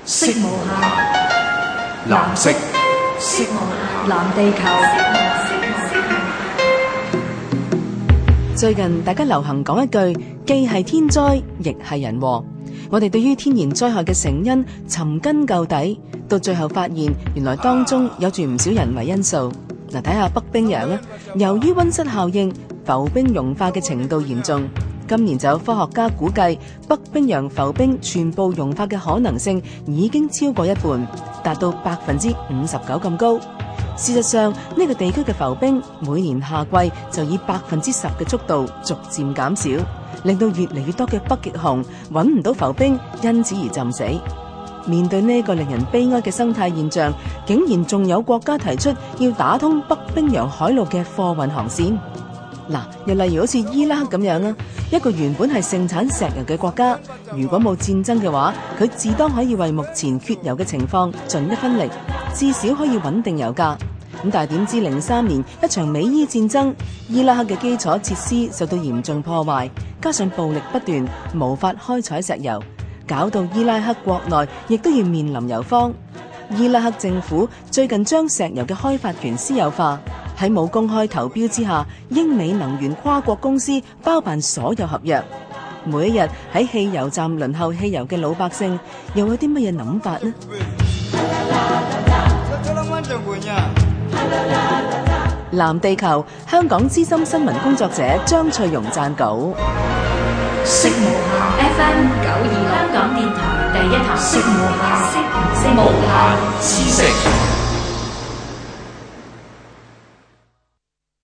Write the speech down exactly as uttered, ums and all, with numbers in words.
色無限，藍色，色無限，藍地球。 最近大家流行講一句，既係天災，亦係人禍。我哋對於天然災害嘅成因尋根究底，到最後發現，原來當中有住唔少人為因素。嗱，睇下北冰洋啊，由於溫室效應，浮冰融化嘅程度嚴重。今年就有科學家估計，北冰洋浮冰全部融化嘅可能性已經超過一半，達到百分之五十九咁高。事實上，呢個地區嘅浮冰每年夏季就以百分之十嘅速度逐漸減少，令到越嚟越多嘅北極熊揾唔到浮冰，因此而浸死。面對呢個令人悲哀嘅生態現象，竟然仲有國家提出要打通北冰洋海路嘅貨運航線。嗱，又例如好似伊拉克咁樣啊，一個原本係盛產石油嘅國家，如果冇戰爭嘅話，佢自當可以為目前缺油嘅情況盡一分力，至少可以穩定油價。咁但係點知零三年一場美伊戰爭，伊拉克嘅基礎設施受到嚴重破壞，加上暴力不斷，無法開採石油，搞到伊拉克國內亦都要面臨油荒。伊拉克政府最近將石油嘅開發權私有化，喺冇公開投標之下，英美能源跨國公司包辦所有合約。每一日喺汽油站輪候汽油嘅老百姓，又有啲乜嘢諗法呢？藍地球，香港資深新聞工作者張翠容撰稿。 色無限 F M 九二六香港電台第一台，色無限，色無限知識。